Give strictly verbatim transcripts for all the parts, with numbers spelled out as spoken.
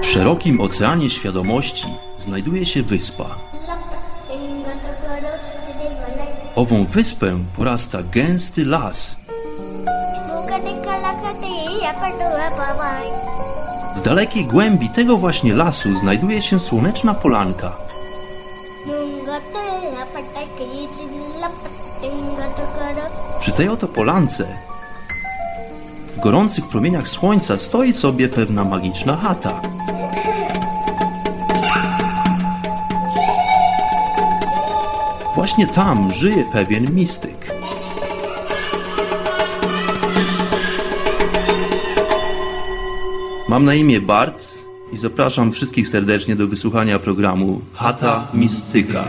szerokim oceanie świadomości znajduje się wyspa. Ową wyspę porasta gęsty las. W dalekiej głębi tego właśnie lasu znajduje się słoneczna polanka. Przy tej oto polance, w gorących promieniach słońca, stoi sobie pewna magiczna chata. Właśnie tam żyje pewien mistyk. Mam na imię Bart i zapraszam wszystkich serdecznie do wysłuchania programu Chata Mistyka.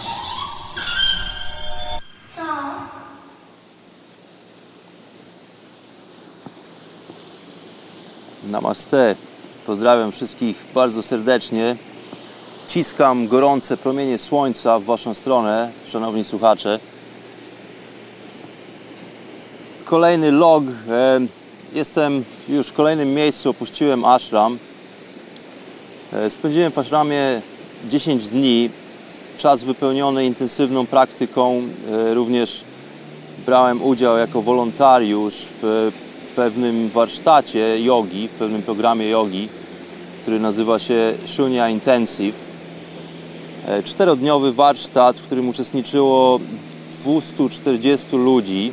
Namaste. Pozdrawiam wszystkich bardzo serdecznie. Ciskam gorące promienie słońca w waszą stronę, szanowni słuchacze. Kolejny log. Jestem już w kolejnym miejscu, opuściłem ashram. Spędziłem w ashramie dziesięć dni. Czas wypełniony intensywną praktyką. Również brałem udział jako wolontariusz w pewnym warsztacie jogi, w pewnym programie jogi, który nazywa się Shunya Intensive. Czterodniowy warsztat, w którym uczestniczyło dwieście czterdzieści ludzi.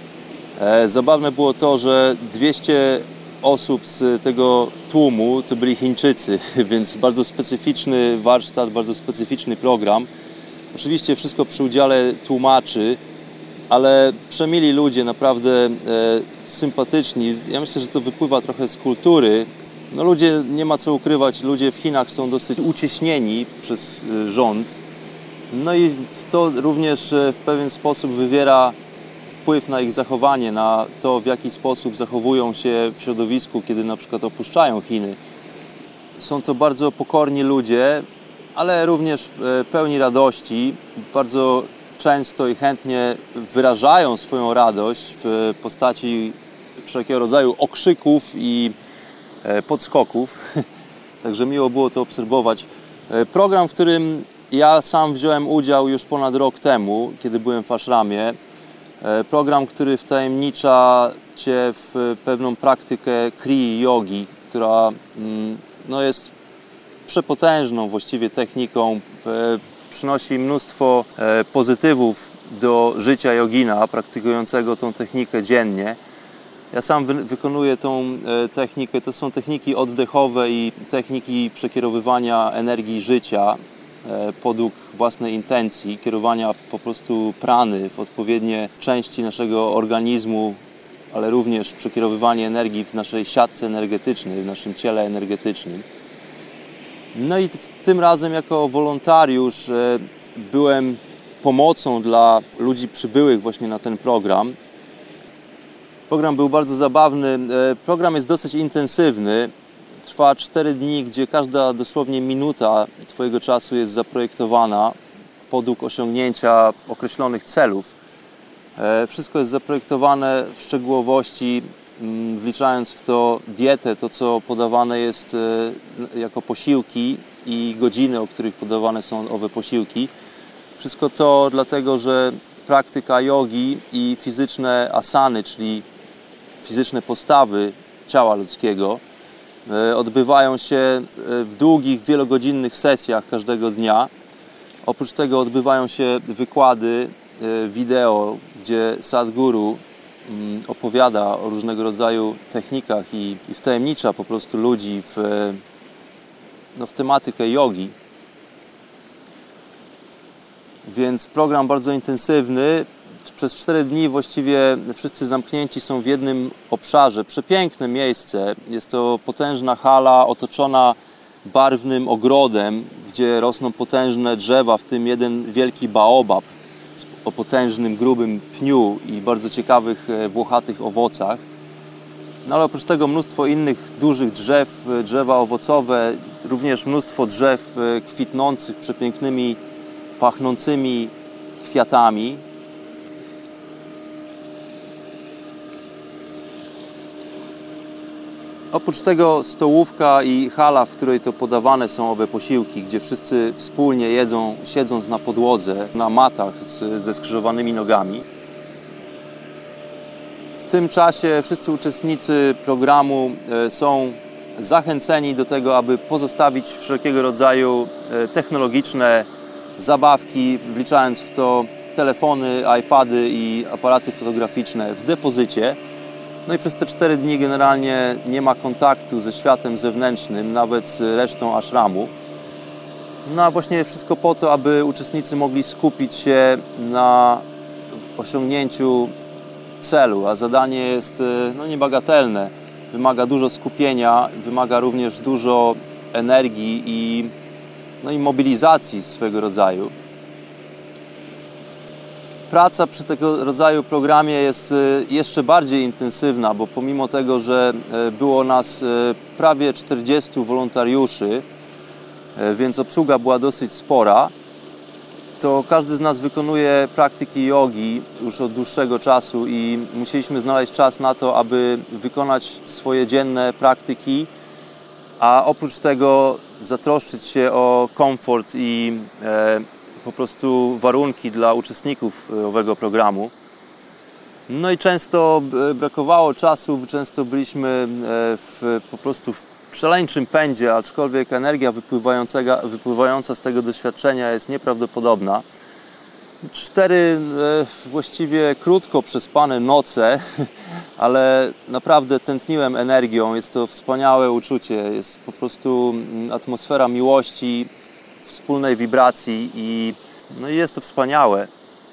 Zabawne było to, że dwieście osób z tego tłumu to byli Chińczycy, więc bardzo specyficzny warsztat, bardzo specyficzny program. Oczywiście wszystko przy udziale tłumaczy, ale przemili ludzie, naprawdę e, sympatyczni. Ja myślę, że to wypływa trochę z kultury. No ludzie, nie ma co ukrywać, ludzie w Chinach są dosyć uciśnieni przez e, rząd. No i to również e, w pewien sposób wywiera wpływ na ich zachowanie, na to, w jaki sposób zachowują się w środowisku, kiedy na przykład opuszczają Chiny. Są to bardzo pokorni ludzie, ale również e, pełni radości, bardzo często i chętnie wyrażają swoją radość w postaci wszelkiego rodzaju okrzyków i podskoków. Także miło było to obserwować. Program, w którym ja sam wziąłem udział już ponad rok temu, kiedy byłem w ashramie. Program, który wtajemnicza Cię w pewną praktykę Kriya Yogi, która no, jest przepotężną właściwie techniką. Przynosi mnóstwo pozytywów do życia jogina praktykującego tą technikę dziennie. Ja sam wy wykonuję tą technikę. To są techniki oddechowe i techniki przekierowywania energii życia podług własnej intencji, kierowania po prostu prany w odpowiednie części naszego organizmu, ale również przekierowywanie energii w naszej siatce energetycznej, w naszym ciele energetycznym. No i tym razem jako wolontariusz byłem pomocą dla ludzi przybyłych właśnie na ten program. Program był bardzo zabawny. Program jest dosyć intensywny. Trwa cztery dni, gdzie każda dosłownie minuta Twojego czasu jest zaprojektowana podług osiągnięcia określonych celów. Wszystko jest zaprojektowane w szczegółowości, wliczając w to dietę, to co podawane jest jako posiłki i godziny, o których podawane są owe posiłki. Wszystko to dlatego, że praktyka jogi i fizyczne asany, czyli fizyczne postawy ciała ludzkiego, odbywają się w długich, wielogodzinnych sesjach każdego dnia. Oprócz tego odbywają się wykłady wideo, gdzie Sadhguru opowiada o różnego rodzaju technikach i, i wtajemnicza po prostu ludzi w, no, w tematykę jogi. Więc program bardzo intensywny. Przez cztery dni właściwie wszyscy zamknięci są w jednym obszarze. Przepiękne miejsce. Jest to potężna hala otoczona barwnym ogrodem, gdzie rosną potężne drzewa, w tym jeden wielki baobab o potężnym, grubym pniu i bardzo ciekawych, włochatych owocach. No ale oprócz tego mnóstwo innych dużych drzew, drzewa owocowe, również mnóstwo drzew kwitnących przepięknymi, pachnącymi kwiatami. Oprócz tego stołówka i hala, w której to podawane są owe posiłki, gdzie wszyscy wspólnie jedzą, siedząc na podłodze, na matach z, ze skrzyżowanymi nogami. W tym czasie wszyscy uczestnicy programu są zachęceni do tego, aby pozostawić wszelkiego rodzaju technologiczne zabawki, wliczając w to telefony, iPady i aparaty fotograficzne w depozycie. No i przez te cztery dni generalnie nie ma kontaktu ze światem zewnętrznym, nawet z resztą ashramu. No a właśnie wszystko po to, aby uczestnicy mogli skupić się na osiągnięciu celu, a zadanie jest no, niebagatelne. Wymaga dużo skupienia, wymaga również dużo energii i, no, i mobilizacji swego rodzaju. Praca przy tego rodzaju programie jest jeszcze bardziej intensywna, bo pomimo tego, że było nas prawie czterdziestu wolontariuszy, więc obsługa była dosyć spora, to każdy z nas wykonuje praktyki jogi już od dłuższego czasu i musieliśmy znaleźć czas na to, aby wykonać swoje dzienne praktyki, a oprócz tego zatroszczyć się o komfort i e, po prostu warunki dla uczestników owego programu. No i często brakowało czasu, często byliśmy w, po prostu w szaleńczym pędzie, aczkolwiek energia wypływająca z tego doświadczenia jest nieprawdopodobna. Cztery właściwie krótko przespane noce, ale naprawdę tętniłem energią. Jest to wspaniałe uczucie, jest po prostu atmosfera miłości, wspólnej wibracji i no jest to wspaniałe.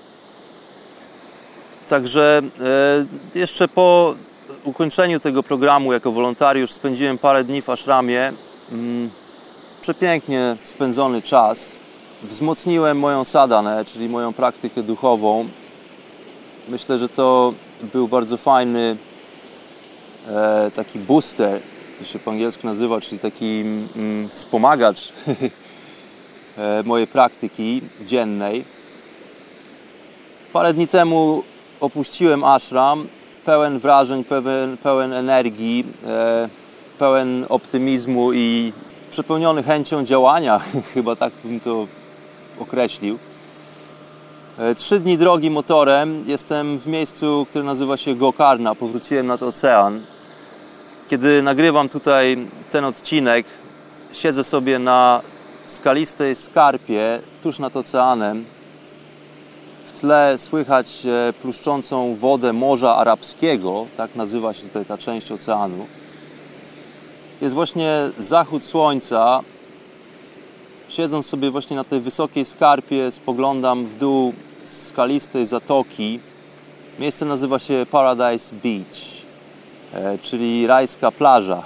Także e, jeszcze po ukończeniu tego programu jako wolontariusz spędziłem parę dni w ashramie. Mm, przepięknie spędzony czas. Wzmocniłem moją sadhanę, czyli moją praktykę duchową. Myślę, że to był bardzo fajny e, taki booster, to się po angielsku nazywa, czyli taki mm, wspomagacz mojej praktyki dziennej. Parę dni temu opuściłem ashram, pełen wrażeń, pełen, pełen energii, e, pełen optymizmu i przepełniony chęcią działania, chyba tak bym to określił. E, trzy dni drogi motorem, jestem w miejscu, które nazywa się Gokarna, powróciłem nad ocean. Kiedy nagrywam tutaj ten odcinek, siedzę sobie na skalistej skarpie, tuż nad oceanem. W tle słychać pluszczącą wodę Morza Arabskiego, tak nazywa się tutaj ta część oceanu. Jest właśnie zachód słońca. Siedząc sobie właśnie na tej wysokiej skarpie, spoglądam w dół skalistej zatoki. Miejsce nazywa się Paradise Beach, czyli rajska plaża.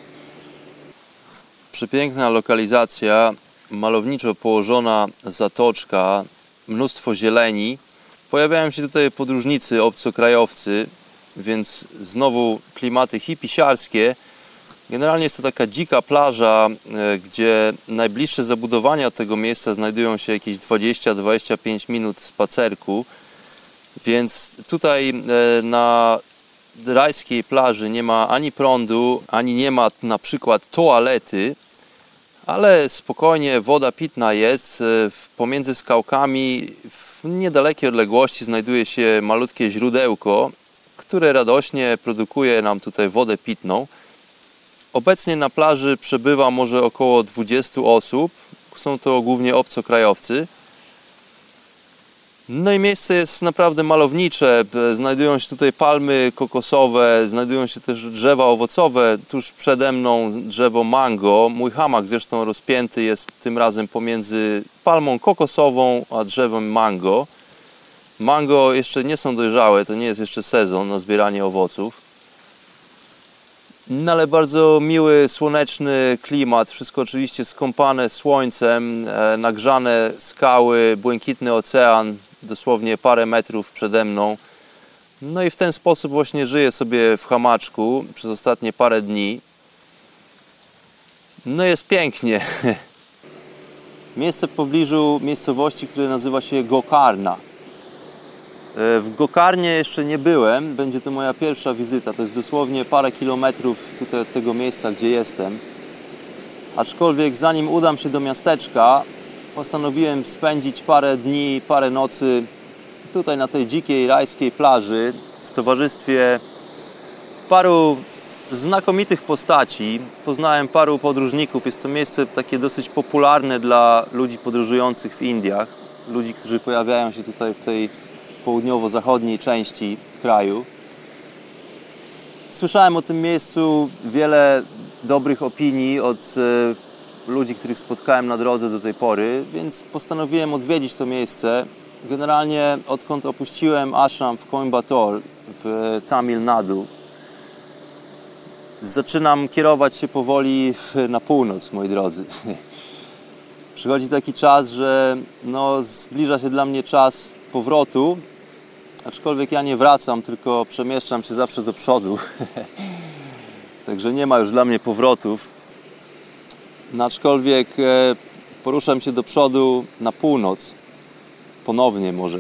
Przepiękna lokalizacja, malowniczo położona zatoczka, mnóstwo zieleni. Pojawiają się tutaj podróżnicy, obcokrajowcy, więc znowu klimaty hipisiarskie. Generalnie jest to taka dzika plaża, gdzie najbliższe zabudowania od tego miejsca znajdują się jakieś dwadzieścia do dwudziestu pięciu minut spacerku. Więc tutaj na rajskiej plaży nie ma ani prądu, ani nie ma na przykład toalety, ale spokojnie woda pitna jest. Pomiędzy skałkami w niedalekiej odległości znajduje się malutkie źródełko, które radośnie produkuje nam tutaj wodę pitną. Obecnie na plaży przebywa może około dwudziestu osób. Są to głównie obcokrajowcy. No i miejsce jest naprawdę malownicze. Znajdują się tutaj palmy kokosowe, znajdują się też drzewa owocowe. Tuż przede mną drzewo mango. Mój hamak zresztą rozpięty jest tym razem pomiędzy palmą kokosową a drzewem mango. Mango jeszcze nie są dojrzałe, to nie jest jeszcze sezon na zbieranie owoców. No ale bardzo miły, słoneczny klimat, wszystko oczywiście skąpane słońcem, e, nagrzane skały, błękitny ocean, dosłownie parę metrów przede mną. No i w ten sposób właśnie żyję sobie w hamaczku przez ostatnie parę dni. No jest pięknie. Miejsce w pobliżu miejscowości, które nazywa się Gokarna. W Gokarnie jeszcze nie byłem, będzie to moja pierwsza wizyta, to jest dosłownie parę kilometrów tutaj od tego miejsca, gdzie jestem. Aczkolwiek zanim udam się do miasteczka, postanowiłem spędzić parę dni, parę nocy tutaj na tej dzikiej, rajskiej plaży w towarzystwie paru znakomitych postaci. Poznałem paru podróżników, jest to miejsce takie dosyć popularne dla ludzi podróżujących w Indiach, ludzi, którzy pojawiają się tutaj w tej południowo-zachodniej części kraju. Słyszałem o tym miejscu wiele dobrych opinii od e, ludzi, których spotkałem na drodze do tej pory, więc postanowiłem odwiedzić to miejsce. Generalnie odkąd opuściłem ashram w Coimbatore w Tamil Nadu, zaczynam kierować się powoli na północ, moi drodzy. Przychodzi taki czas, że no, zbliża się dla mnie czas powrotu, aczkolwiek ja nie wracam, tylko przemieszczam się zawsze do przodu. Także nie ma już dla mnie powrotów. No, aczkolwiek e, poruszam się do przodu na północ. Ponownie może.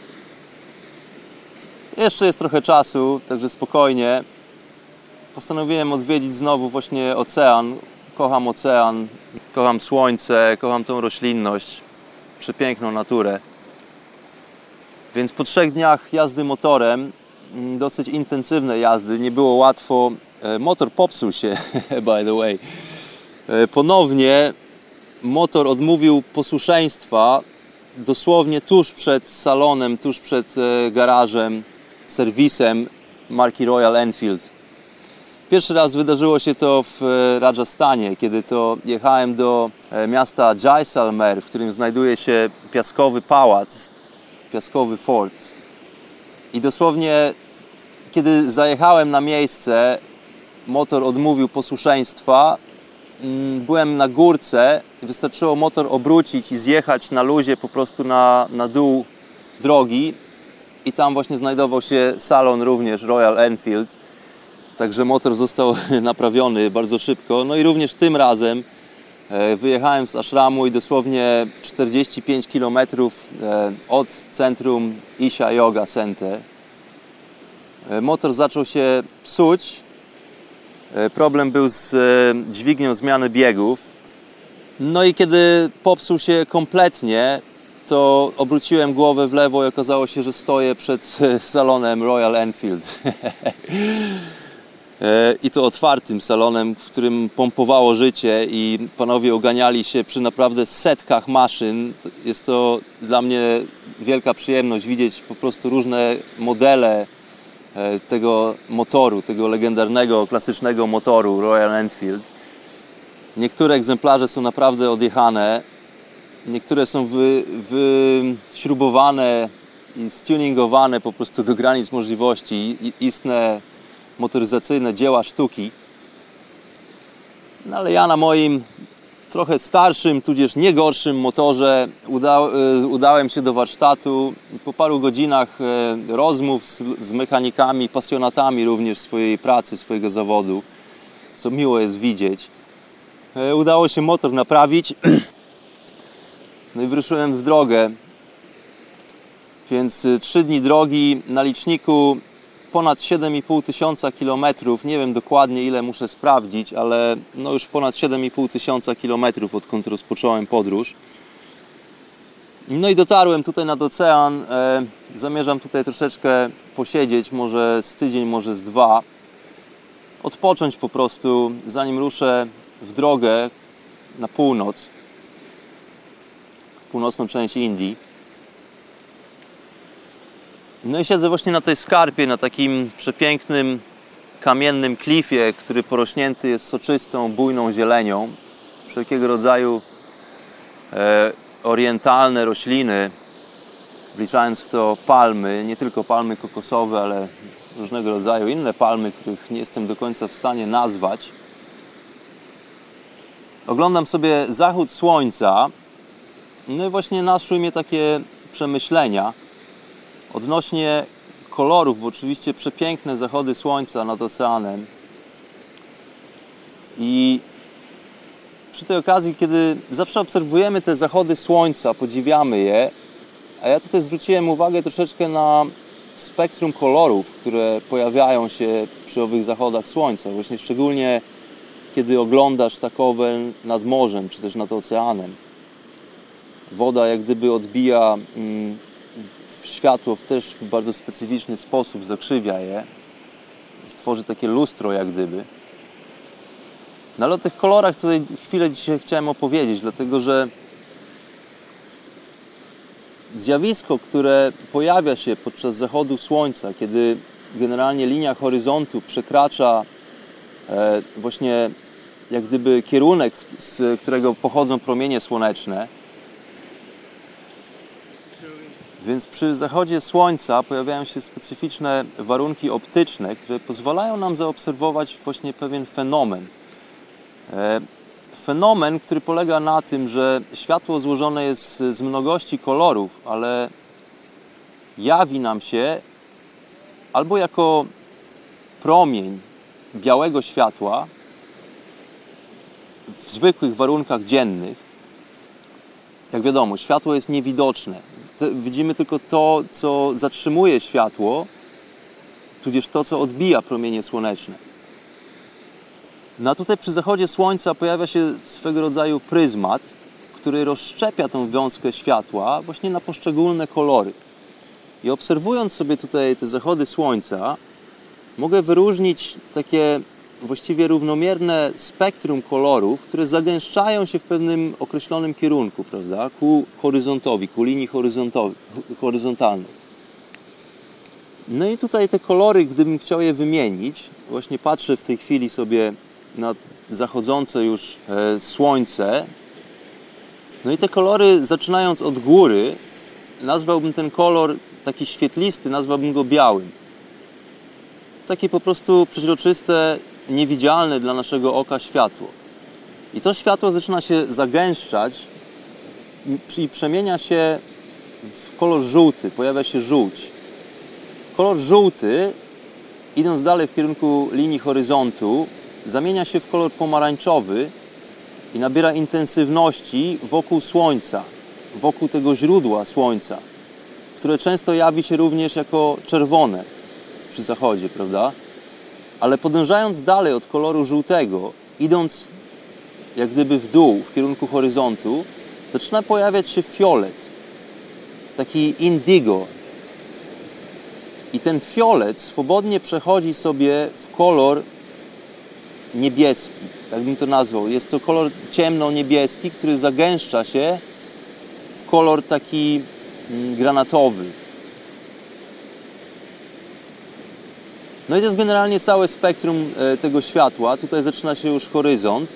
Jeszcze jest trochę czasu, także spokojnie. Postanowiłem odwiedzić znowu właśnie ocean. Kocham ocean, kocham słońce, kocham tą roślinność, przepiękną naturę. Więc po trzech dniach jazdy motorem, dosyć intensywnej jazdy, nie było łatwo. Motor popsuł się, by the way. Ponownie motor odmówił posłuszeństwa dosłownie tuż przed salonem, tuż przed garażem, serwisem marki Royal Enfield. Pierwszy raz wydarzyło się to w Rajasthanie, kiedy to jechałem do miasta Jaisalmer, w którym znajduje się piaskowy pałac, piaskowy fort. I dosłownie, kiedy zajechałem na miejsce, motor odmówił posłuszeństwa. Byłem na górce i wystarczyło motor obrócić i zjechać na luzie po prostu na, na dół drogi. I tam właśnie znajdował się salon również Royal Enfield. Także motor został naprawiony bardzo szybko. No i również tym razem wyjechałem z ashramu i dosłownie czterdzieści pięć kilometrów od centrum Isha Yoga Center motor zaczął się psuć. Problem był z dźwignią zmiany biegów. No i kiedy popsuł się kompletnie, to obróciłem głowę w lewo i okazało się, że stoję przed salonem Royal Enfield. I to otwartym salonem, w którym pompowało życie i panowie oganiali się przy naprawdę setkach maszyn. Jest to dla mnie wielka przyjemność widzieć po prostu różne modele tego motoru, tego legendarnego, klasycznego motoru Royal Enfield. Niektóre egzemplarze są naprawdę odjechane, niektóre są wy, wyśrubowane i stuningowane po prostu do granic możliwości, istne motoryzacyjne dzieła sztuki. No ale ja na moim trochę starszym, tudzież nie gorszym motorze uda, udałem się do warsztatu i po paru godzinach rozmów z, z mechanikami, pasjonatami również swojej pracy, swojego zawodu, co miło jest widzieć, udało się motor naprawić. No i wyruszyłem w drogę. Więc trzy dni drogi, na liczniku ponad siedem i pół tysiąca kilometrów. Nie wiem dokładnie ile muszę sprawdzić, ale no już ponad siedem i pół tysiąca kilometrów, odkąd rozpocząłem podróż. No i dotarłem tutaj nad ocean. Zamierzam tutaj troszeczkę posiedzieć, może z tydzień, może z dwa. Odpocząć po prostu, zanim ruszę w drogę na północ, w północną część Indii. No i siedzę właśnie na tej skarpie, na takim przepięknym kamiennym klifie, który porośnięty jest soczystą, bujną zielenią. Wszelkiego rodzaju e, orientalne rośliny, wliczając w to palmy, nie tylko palmy kokosowe, ale różnego rodzaju inne palmy, których nie jestem do końca w stanie nazwać. Oglądam sobie zachód słońca, no i właśnie naszły mnie takie przemyślenia odnośnie kolorów, bo oczywiście przepiękne zachody słońca nad oceanem. I przy tej okazji, kiedy zawsze obserwujemy te zachody słońca, podziwiamy je, a ja tutaj zwróciłem uwagę troszeczkę na spektrum kolorów, które pojawiają się przy owych zachodach słońca, właśnie szczególnie kiedy oglądasz takowe nad morzem, czy też nad oceanem. Woda jak gdyby odbija mm, światło w też w bardzo specyficzny sposób, zakrzywia je, stworzy takie lustro jak gdyby. No ale o tych kolorach tutaj chwilę dzisiaj chciałem opowiedzieć, dlatego że zjawisko, które pojawia się podczas zachodu słońca, kiedy generalnie linia horyzontu przekracza e, właśnie jak gdyby kierunek, z którego pochodzą promienie słoneczne. Więc przy zachodzie słońca pojawiają się specyficzne warunki optyczne, które pozwalają nam zaobserwować właśnie pewien fenomen. E, Fenomen, który polega na tym, że światło złożone jest z mnogości kolorów, ale jawi nam się albo jako promień białego światła w zwykłych warunkach dziennych. Jak wiadomo, światło jest niewidoczne. Widzimy tylko to, co zatrzymuje światło, tudzież to, co odbija promienie słoneczne. No a tutaj przy zachodzie słońca pojawia się swego rodzaju pryzmat, który rozszczepia tą wiązkę światła właśnie na poszczególne kolory. I obserwując sobie tutaj te zachody słońca, mogę wyróżnić takie właściwie równomierne spektrum kolorów, które zagęszczają się w pewnym określonym kierunku, prawda, ku horyzontowi, ku linii horyzontalnej. No i tutaj te kolory, gdybym chciał je wymienić, właśnie patrzę w tej chwili sobie na zachodzące już e, słońce. No i te kolory, zaczynając od góry, nazwałbym ten kolor taki świetlisty, nazwałbym go białym. Takie po prostu przeźroczyste, niewidzialne dla naszego oka światło. I to światło zaczyna się zagęszczać i przemienia się w kolor żółty, pojawia się żółć. Kolor żółty, idąc dalej w kierunku linii horyzontu, zamienia się w kolor pomarańczowy i nabiera intensywności wokół słońca, wokół tego źródła słońca, które często jawi się również jako czerwone przy zachodzie, prawda? Ale podążając dalej od koloru żółtego, idąc jak gdyby w dół, w kierunku horyzontu, zaczyna pojawiać się fiolet, taki indigo. I ten fiolet swobodnie przechodzi sobie w kolor niebieski, tak bym to nazwał. Jest to kolor ciemno-niebieski, który zagęszcza się w kolor taki granatowy. No i to jest generalnie całe spektrum tego światła. Tutaj zaczyna się już horyzont.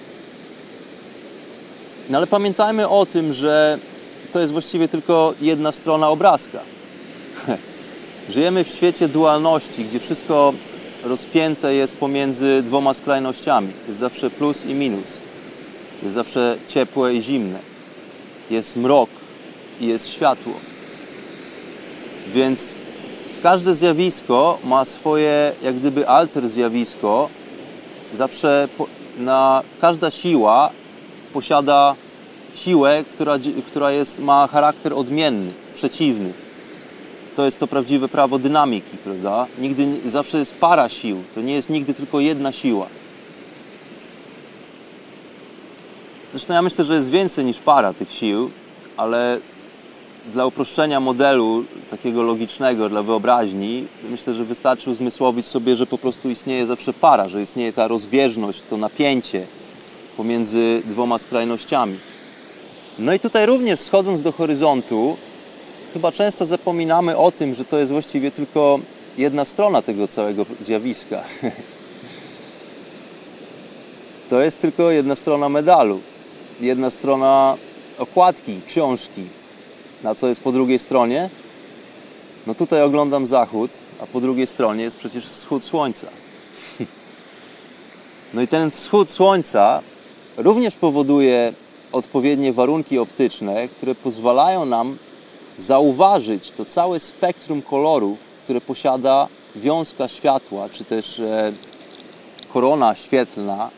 No ale pamiętajmy o tym, że to jest właściwie tylko jedna strona obrazka. Żyjemy w świecie dualności, gdzie wszystko rozpięte jest pomiędzy dwoma skrajnościami. Jest zawsze plus i minus. Jest zawsze ciepłe i zimne. Jest mrok i jest światło. Więc każde zjawisko ma swoje, jak gdyby alter zjawisko. Zawsze na, każda siła posiada siłę, która, która jest, ma charakter odmienny, przeciwny. To jest to prawdziwe prawo dynamiki, prawda? Nigdy, zawsze jest para sił. To nie jest nigdy tylko jedna siła. Zresztą ja myślę, że jest więcej niż para tych sił, ale dla uproszczenia modelu takiego logicznego, dla wyobraźni, myślę, że wystarczy uzmysłowić sobie, że po prostu istnieje zawsze para, że istnieje ta rozbieżność, to napięcie pomiędzy dwoma skrajnościami. No i tutaj również schodząc do horyzontu, chyba często zapominamy o tym, że to jest właściwie tylko jedna strona tego całego zjawiska. To jest tylko jedna strona medalu, jedna strona okładki, książki. Na co jest po drugiej stronie? No tutaj oglądam zachód, a po drugiej stronie jest przecież wschód słońca. No i ten wschód słońca również powoduje odpowiednie warunki optyczne, które pozwalają nam zauważyć to całe spektrum kolorów, które posiada wiązka światła, czy też e, korona świetlna,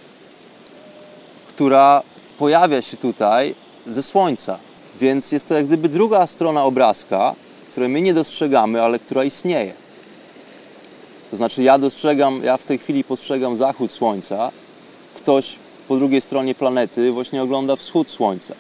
która pojawia się tutaj ze słońca. Więc jest to jak gdyby druga strona obrazka, której my nie dostrzegamy, ale która istnieje. To znaczy ja dostrzegam, ja w tej chwili postrzegam zachód słońca, ktoś po drugiej stronie planety właśnie ogląda wschód słońca.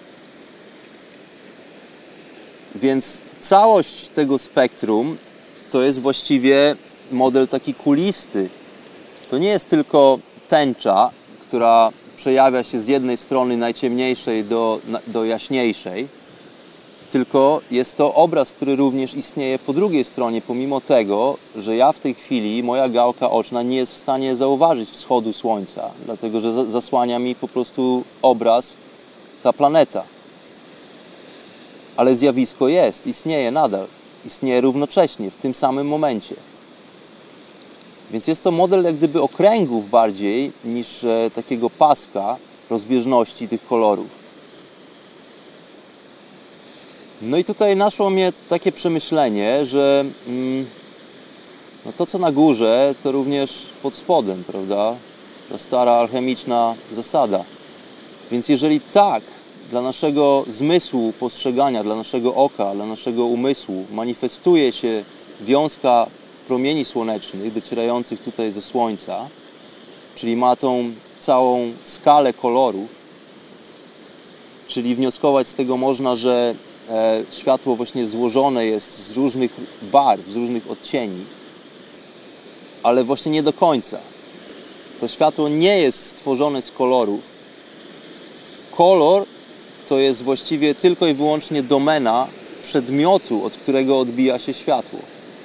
Więc całość tego spektrum to jest właściwie model taki kulisty. To nie jest tylko tęcza, która przejawia się z jednej strony najciemniejszej do, do jaśniejszej, tylko jest to obraz, który również istnieje po drugiej stronie, pomimo tego, że ja w tej chwili, moja gałka oczna nie jest w stanie zauważyć wschodu słońca, dlatego że zasłania mi po prostu obraz ta planeta. Ale zjawisko jest, istnieje nadal, istnieje równocześnie, w tym samym momencie. Więc jest to model jak gdyby okręgów bardziej niż e, takiego paska rozbieżności tych kolorów. No i tutaj naszło mnie takie przemyślenie, że mm, no to co na górze, to również pod spodem, prawda? Ta stara alchemiczna zasada. Więc jeżeli tak dla naszego zmysłu postrzegania, dla naszego oka, dla naszego umysłu manifestuje się wiązka promieni słonecznych docierających tutaj ze Słońca, czyli ma tą całą skalę kolorów, czyli wnioskować z tego można, że e, światło właśnie złożone jest z różnych barw, z różnych odcieni, ale właśnie nie do końca. To światło nie jest stworzone z kolorów. Kolor to jest właściwie tylko i wyłącznie domena przedmiotu, od którego odbija się światło.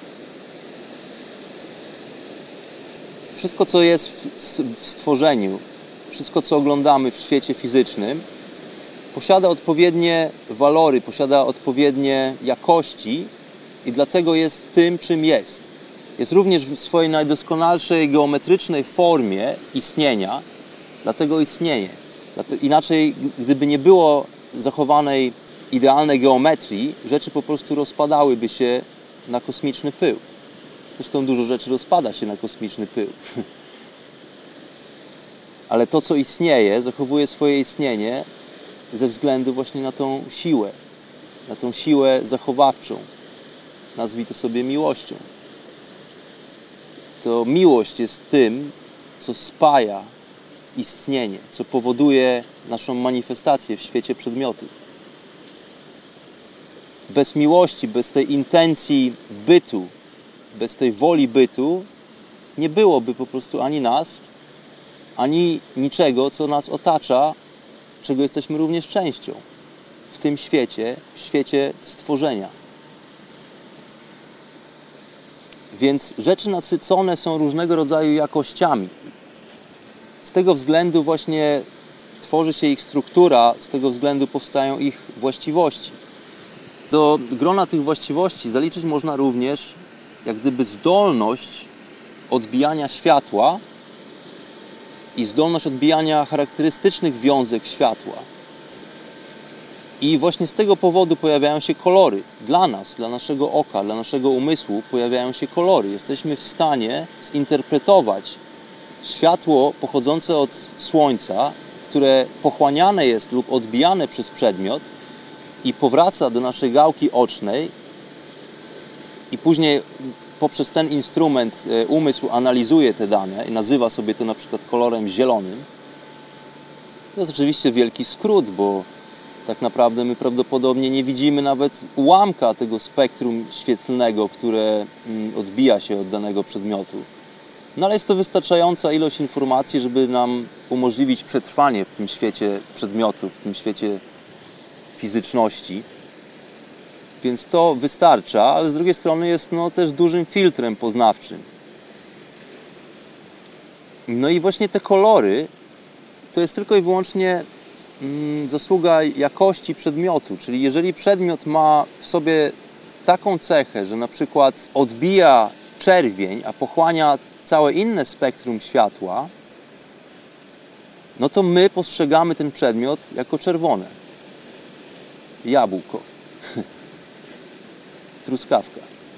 Wszystko, co jest w stworzeniu, wszystko, co oglądamy w świecie fizycznym, posiada odpowiednie walory, posiada odpowiednie jakości i dlatego jest tym, czym jest. Jest również w swojej najdoskonalszej geometrycznej formie istnienia, dlatego istnieje. Inaczej, gdyby nie było zachowanej idealnej geometrii, rzeczy po prostu rozpadałyby się na kosmiczny pył. Zresztą dużo rzeczy rozpada się na kosmiczny pył. Ale to, co istnieje, zachowuje swoje istnienie ze względu właśnie na tą siłę, na tą siłę zachowawczą. Nazwij to sobie miłością. To miłość jest tym, co spaja istnienie, co powoduje naszą manifestację w świecie przedmiotów. Bez miłości, bez tej intencji bytu, bez tej woli bytu nie byłoby po prostu ani nas, ani niczego, co nas otacza, czego jesteśmy również częścią w tym świecie, w świecie stworzenia. Więc rzeczy nasycone są różnego rodzaju jakościami. Z tego względu właśnie tworzy się ich struktura, z tego względu powstają ich właściwości. Do grona tych właściwości zaliczyć można również jak gdyby zdolność odbijania światła i zdolność odbijania charakterystycznych wiązek światła. I właśnie z tego powodu pojawiają się kolory. Dla nas, dla naszego oka, dla naszego umysłu pojawiają się kolory. Jesteśmy w stanie zinterpretować światło pochodzące od Słońca, które pochłaniane jest lub odbijane przez przedmiot i powraca do naszej gałki ocznej i później poprzez ten instrument umysł analizuje te dane i nazywa sobie to na przykład kolorem zielonym. To jest oczywiście wielki skrót, bo tak naprawdę my prawdopodobnie nie widzimy nawet ułamka tego spektrum świetlnego, które odbija się od danego przedmiotu. No ale jest to wystarczająca ilość informacji, żeby nam umożliwić przetrwanie w tym świecie przedmiotów, w tym świecie fizyczności. Więc to wystarcza, ale z drugiej strony jest no, też dużym filtrem poznawczym. No i właśnie te kolory to jest tylko i wyłącznie mm, zasługa jakości przedmiotu. Czyli jeżeli przedmiot ma w sobie taką cechę, że na przykład odbija czerwień, a pochłania całe inne spektrum światła, no to my postrzegamy ten przedmiot jako czerwone. Jabłko. Truskawka.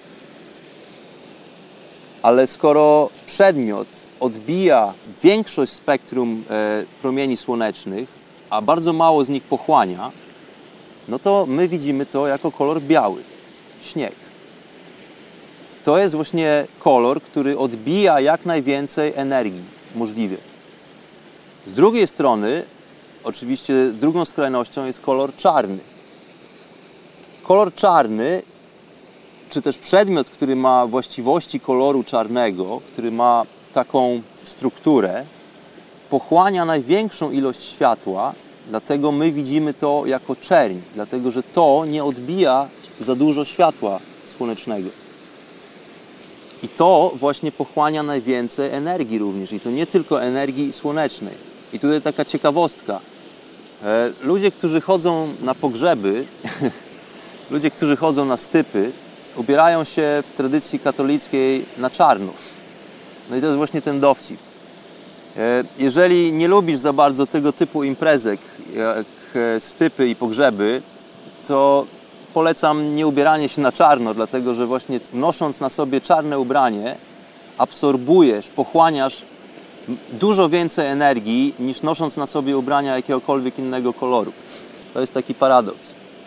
Ale skoro przedmiot odbija większość spektrum e, promieni słonecznych, a bardzo mało z nich pochłania, no to my widzimy to jako kolor biały. śnieg. To jest właśnie kolor, który odbija jak najwięcej energii możliwie. Z drugiej strony, oczywiście drugą skrajnością jest kolor czarny. Kolor czarny, czy też przedmiot, który ma właściwości koloru czarnego, który ma taką strukturę, pochłania największą ilość światła, dlatego my widzimy to jako czerń, dlatego że to nie odbija za dużo światła słonecznego. I to właśnie pochłania najwięcej energii również. I to nie tylko energii słonecznej. I tutaj taka ciekawostka. Ludzie, którzy chodzą na pogrzeby, ludzie, którzy chodzą na stypy, ubierają się w tradycji katolickiej na czarno. No i to jest właśnie ten dowcip. Jeżeli nie lubisz za bardzo tego typu imprezek, jak stypy i pogrzeby, to polecam nie ubieranie się na czarno, dlatego że właśnie nosząc na sobie czarne ubranie, absorbujesz, pochłaniasz dużo więcej energii, niż nosząc na sobie ubrania jakiegokolwiek innego koloru. To jest taki paradoks.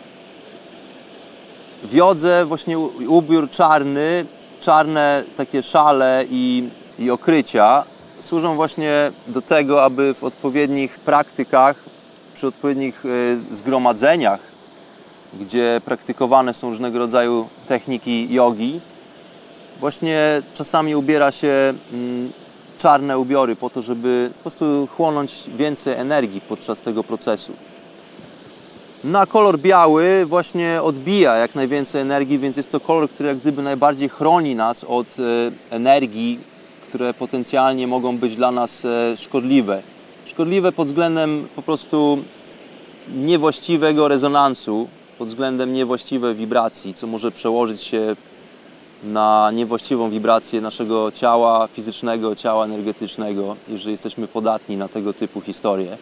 W jodze właśnie ubiór czarny, czarne takie szale i, i okrycia służą właśnie do tego, aby w odpowiednich praktykach, przy odpowiednich zgromadzeniach, gdzie praktykowane są różnego rodzaju techniki jogi, właśnie czasami ubiera się czarne ubiory po to, żeby po prostu chłonąć więcej energii podczas tego procesu. Na kolor biały właśnie odbija jak najwięcej energii, więc jest to kolor, który jak gdyby najbardziej chroni nas od energii, które potencjalnie mogą być dla nas szkodliwe. Szkodliwe pod względem po prostu niewłaściwego rezonansu, pod względem niewłaściwej wibracji, co może przełożyć się na niewłaściwą wibrację naszego ciała fizycznego, ciała energetycznego, jeżeli jesteśmy podatni na tego typu historie.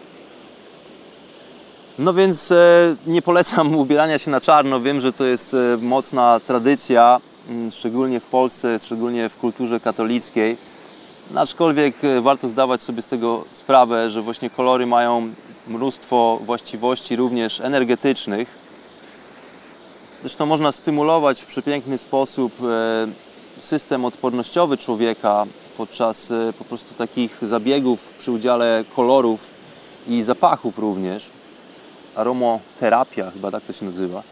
No więc e, nie polecam ubierania się na czarno. Wiem, że to jest e, mocna tradycja, m, szczególnie w Polsce, szczególnie w kulturze katolickiej. No, aczkolwiek e, warto zdawać sobie z tego sprawę, że właśnie kolory mają mnóstwo właściwości również energetycznych. Zresztą można stymulować w przepiękny sposób e, system odpornościowy człowieka podczas e, po prostu takich zabiegów przy udziale kolorów i zapachów również. Aromoterapia, chyba tak to się nazywa.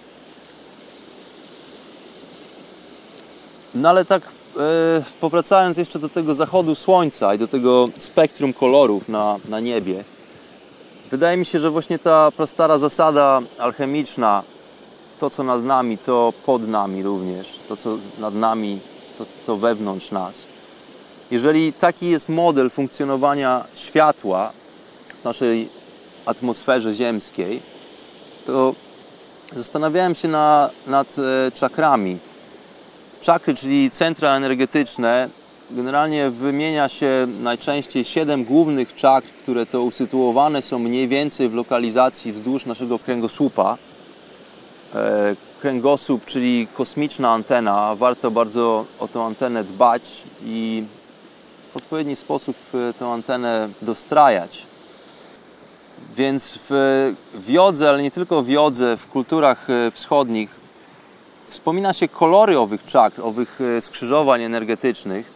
No ale tak e, powracając jeszcze do tego zachodu słońca i do tego spektrum kolorów na, na niebie, wydaje mi się, że właśnie ta prastara zasada alchemiczna, to co nad nami, to pod nami również, to co nad nami, to, to wewnątrz nas. Jeżeli taki jest model funkcjonowania światła w naszej atmosferze ziemskiej, to zastanawiałem się na, nad e, czakrami. Czakry, czyli centra energetyczne, generalnie wymienia się najczęściej siedem głównych czakr, które to usytuowane są mniej więcej w lokalizacji wzdłuż naszego kręgosłupa. E, kręgosłup, czyli kosmiczna antena, warto bardzo o tę antenę dbać i w odpowiedni sposób tę antenę dostrajać. Więc w, w jodze, ale nie tylko w jodze, w kulturach wschodnich wspomina się kolory owych czakr, owych skrzyżowań energetycznych.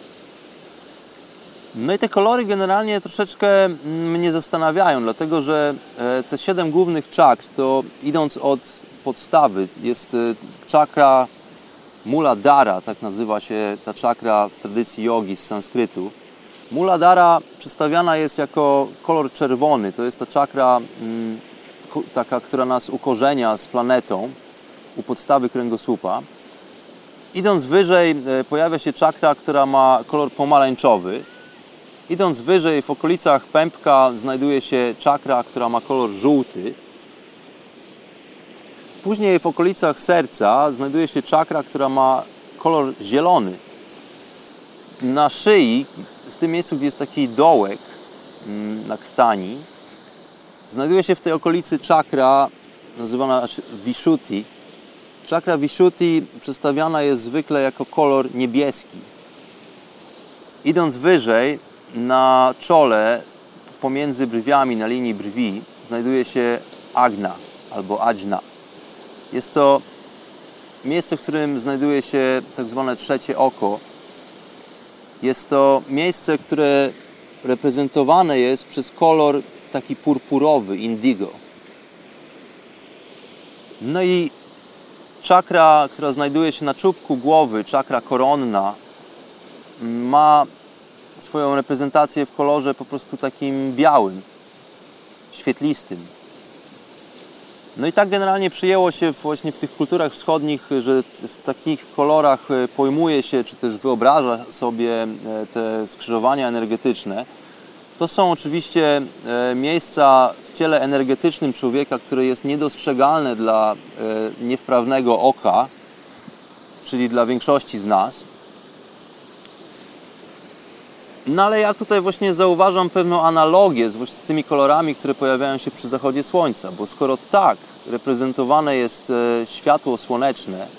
No i te kolory generalnie troszeczkę mnie zastanawiają, dlatego że te siedem głównych czakr, to idąc od podstawy, jest czakra Muladhara, tak nazywa się ta czakra w tradycji jogi z sanskrytu. Muladhara przedstawiana jest jako kolor czerwony. To jest ta czakra m, taka, która nas ukorzenia z planetą u podstawy kręgosłupa. Idąc wyżej e, pojawia się czakra, która ma kolor pomarańczowy. Idąc wyżej w okolicach pępka znajduje się czakra, która ma kolor żółty. Później w okolicach serca znajduje się czakra, która ma kolor zielony. Na szyi, w tym miejscu, gdzie jest taki dołek na krtani, znajduje się w tej okolicy czakra nazywana Vishuddhi. Czakra Vishuddhi przedstawiana jest zwykle jako kolor niebieski. Idąc wyżej, na czole, pomiędzy brwiami, na linii brwi, znajduje się Agna albo Ajna. Jest to miejsce, w którym znajduje się tak zwane trzecie oko. Jest to miejsce, które reprezentowane jest przez kolor taki purpurowy, indigo. No i czakra, która znajduje się na czubku głowy, czakra koronna, ma swoją reprezentację w kolorze po prostu takim białym, świetlistym. No i tak generalnie przyjęło się właśnie w tych kulturach wschodnich, że w takich kolorach pojmuje się, czy też wyobraża sobie te skrzyżowania energetyczne. To są oczywiście miejsca w ciele energetycznym człowieka, które jest niedostrzegalne dla niewprawnego oka, czyli dla większości z nas. No ale ja tutaj właśnie zauważam pewną analogię z, z tymi kolorami, które pojawiają się przy zachodzie słońca, bo skoro tak reprezentowane jest światło słoneczne,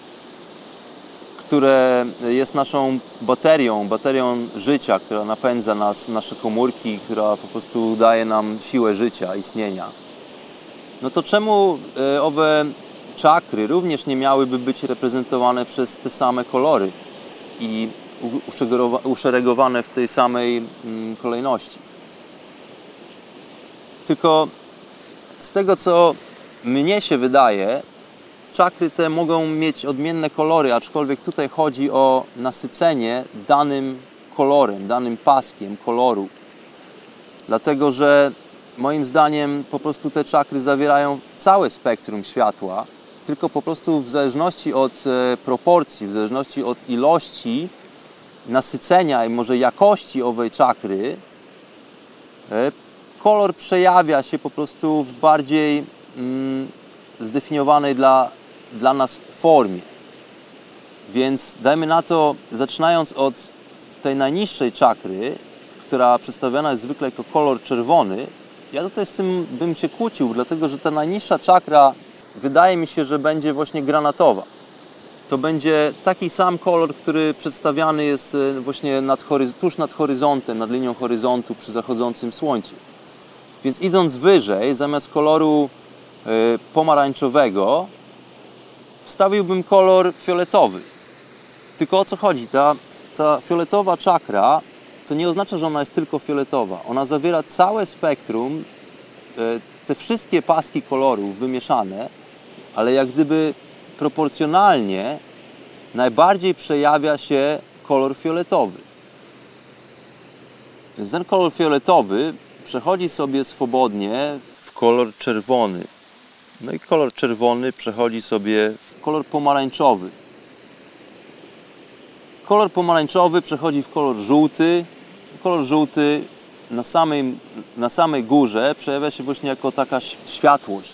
które jest naszą baterią, baterią życia, która napędza nas, nasze komórki, która po prostu daje nam siłę życia, istnienia, no to czemu owe czakry również nie miałyby być reprezentowane przez te same kolory i uszeregowane w tej samej kolejności? Tylko z tego, co mnie się wydaje, czakry te mogą mieć odmienne kolory, aczkolwiek tutaj chodzi o nasycenie danym kolorem, danym paskiem koloru. Dlatego, że moim zdaniem po prostu te czakry zawierają całe spektrum światła, tylko po prostu w zależności od proporcji, w zależności od ilości nasycenia i może jakości owej czakry, kolor przejawia się po prostu w bardziej mm, zdefiniowanej dla, dla nas formie. Więc dajmy na to, zaczynając od tej najniższej czakry, która przedstawiana jest zwykle jako kolor czerwony, ja tutaj z tym bym się kłócił, dlatego że ta najniższa czakra wydaje mi się, że będzie właśnie granatowa. To będzie taki sam kolor, który przedstawiany jest właśnie nad tuż nad horyzontem, nad linią horyzontu przy zachodzącym słońcu. Więc idąc wyżej, zamiast koloru y, pomarańczowego, wstawiłbym kolor fioletowy. Tylko o co chodzi? Ta, ta fioletowa czakra to nie oznacza, że ona jest tylko fioletowa. Ona zawiera całe spektrum, y, te wszystkie paski kolorów wymieszane, ale jak gdyby proporcjonalnie najbardziej przejawia się kolor fioletowy. Więc ten kolor fioletowy przechodzi sobie swobodnie w kolor czerwony. No i kolor czerwony przechodzi sobie w kolor pomarańczowy. Kolor pomarańczowy przechodzi w kolor żółty. Kolor żółty na samej, na samej górze przejawia się właśnie jako taka światłość.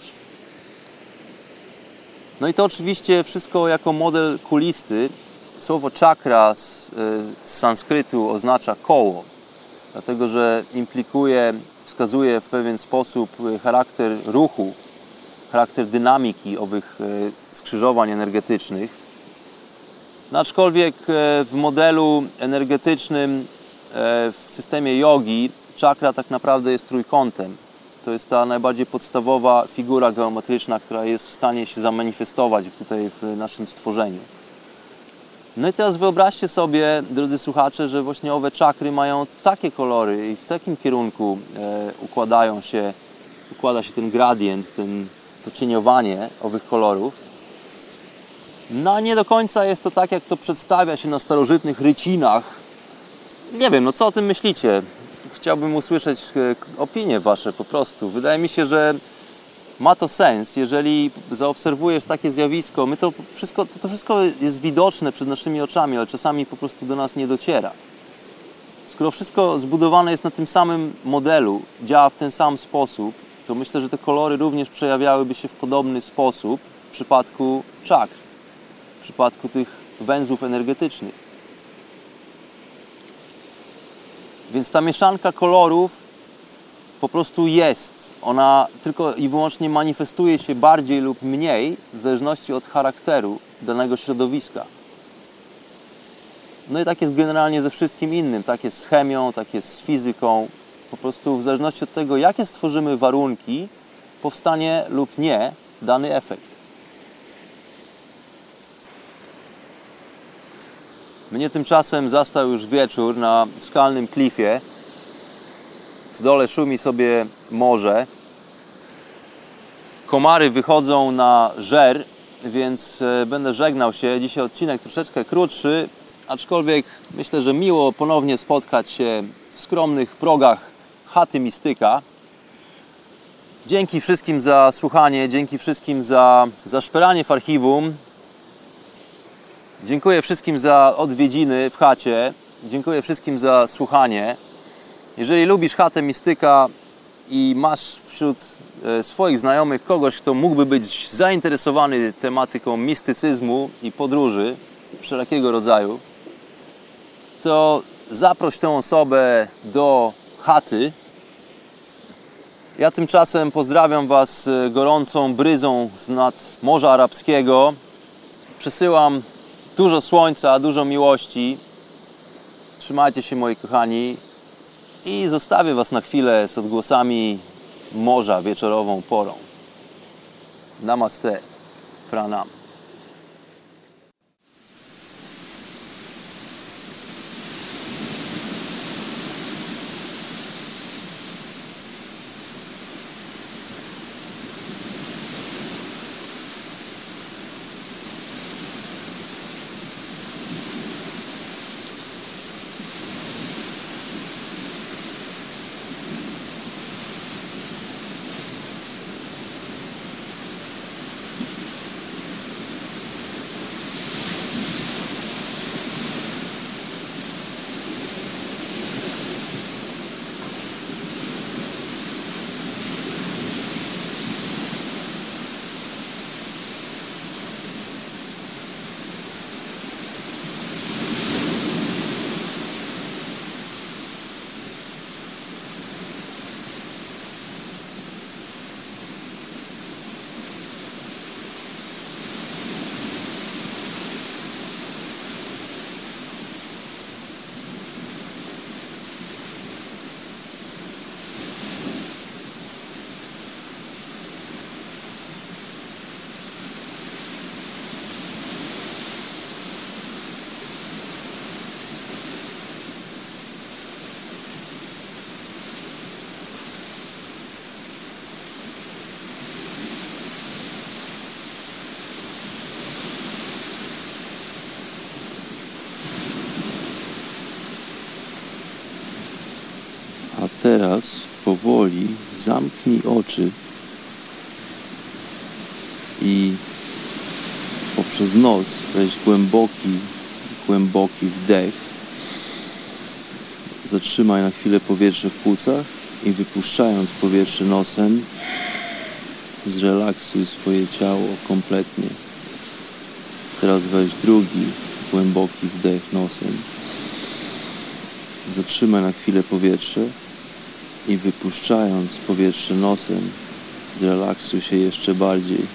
No i to oczywiście wszystko jako model kulisty. Słowo czakra z, z sanskrytu oznacza koło, dlatego że implikuje, wskazuje w pewien sposób charakter ruchu, charakter dynamiki owych skrzyżowań energetycznych. No aczkolwiek w modelu energetycznym w systemie jogi czakra tak naprawdę jest trójkątem. To jest ta najbardziej podstawowa figura geometryczna, która jest w stanie się zamanifestować tutaj w naszym stworzeniu. No i teraz wyobraźcie sobie, drodzy słuchacze, że właśnie owe czakry mają takie kolory i w takim kierunku e, układają się, układa się ten gradient, ten, to cieniowanie owych kolorów. No a nie do końca jest to tak, jak to przedstawia się na starożytnych rycinach. Nie wiem, no co o tym myślicie? Chciałbym usłyszeć opinie wasze po prostu. Wydaje mi się, że ma to sens, jeżeli zaobserwujesz takie zjawisko. My to wszystko, to wszystko jest widoczne przed naszymi oczami, ale czasami po prostu do nas nie dociera. Skoro wszystko zbudowane jest na tym samym modelu, działa w ten sam sposób, to myślę, że te kolory również przejawiałyby się w podobny sposób w przypadku czakr, w przypadku tych węzłów energetycznych. Więc ta mieszanka kolorów po prostu jest. Ona tylko i wyłącznie manifestuje się bardziej lub mniej w zależności od charakteru danego środowiska. No i tak jest generalnie ze wszystkim innym. Tak jest z chemią, tak jest z fizyką. Po prostu w zależności od tego, jakie stworzymy warunki, powstanie lub nie dany efekt. Mnie tymczasem zastał już wieczór na skalnym klifie. W dole szumi sobie morze. Komary wychodzą na żer, więc będę żegnał się. Dzisiaj odcinek troszeczkę krótszy, aczkolwiek myślę, że miło ponownie spotkać się w skromnych progach chaty Mistyka. Dzięki wszystkim za słuchanie, dzięki wszystkim za, za szperanie w archiwum. Dziękuję wszystkim za odwiedziny w chacie. Dziękuję wszystkim za słuchanie. Jeżeli lubisz chatę Mistyka i masz wśród swoich znajomych kogoś, kto mógłby być zainteresowany tematyką mistycyzmu i podróży wszelkiego rodzaju, to zaproś tę osobę do chaty. Ja tymczasem pozdrawiam Was gorącą bryzą z nad Morza Arabskiego. Przesyłam dużo słońca, dużo miłości. Trzymajcie się, moi kochani. I zostawię Was na chwilę z odgłosami morza wieczorową porą. Namaste. Pranam. A teraz powoli zamknij oczy i poprzez nos weź głęboki, głęboki wdech. Zatrzymaj na chwilę powietrze w płucach i wypuszczając powietrze nosem, zrelaksuj swoje ciało kompletnie. Teraz weź drugi, głęboki wdech nosem. Zatrzymaj na chwilę powietrze i wypuszczając powietrze nosem, zrelaksuj się jeszcze bardziej.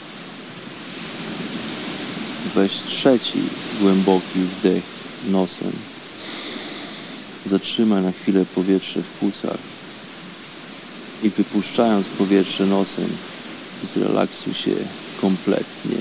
Weź trzeci głęboki wdech nosem. Zatrzymaj na chwilę powietrze w płucach i wypuszczając powietrze nosem, zrelaksuj się kompletnie.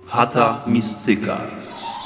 Chata Mistyka.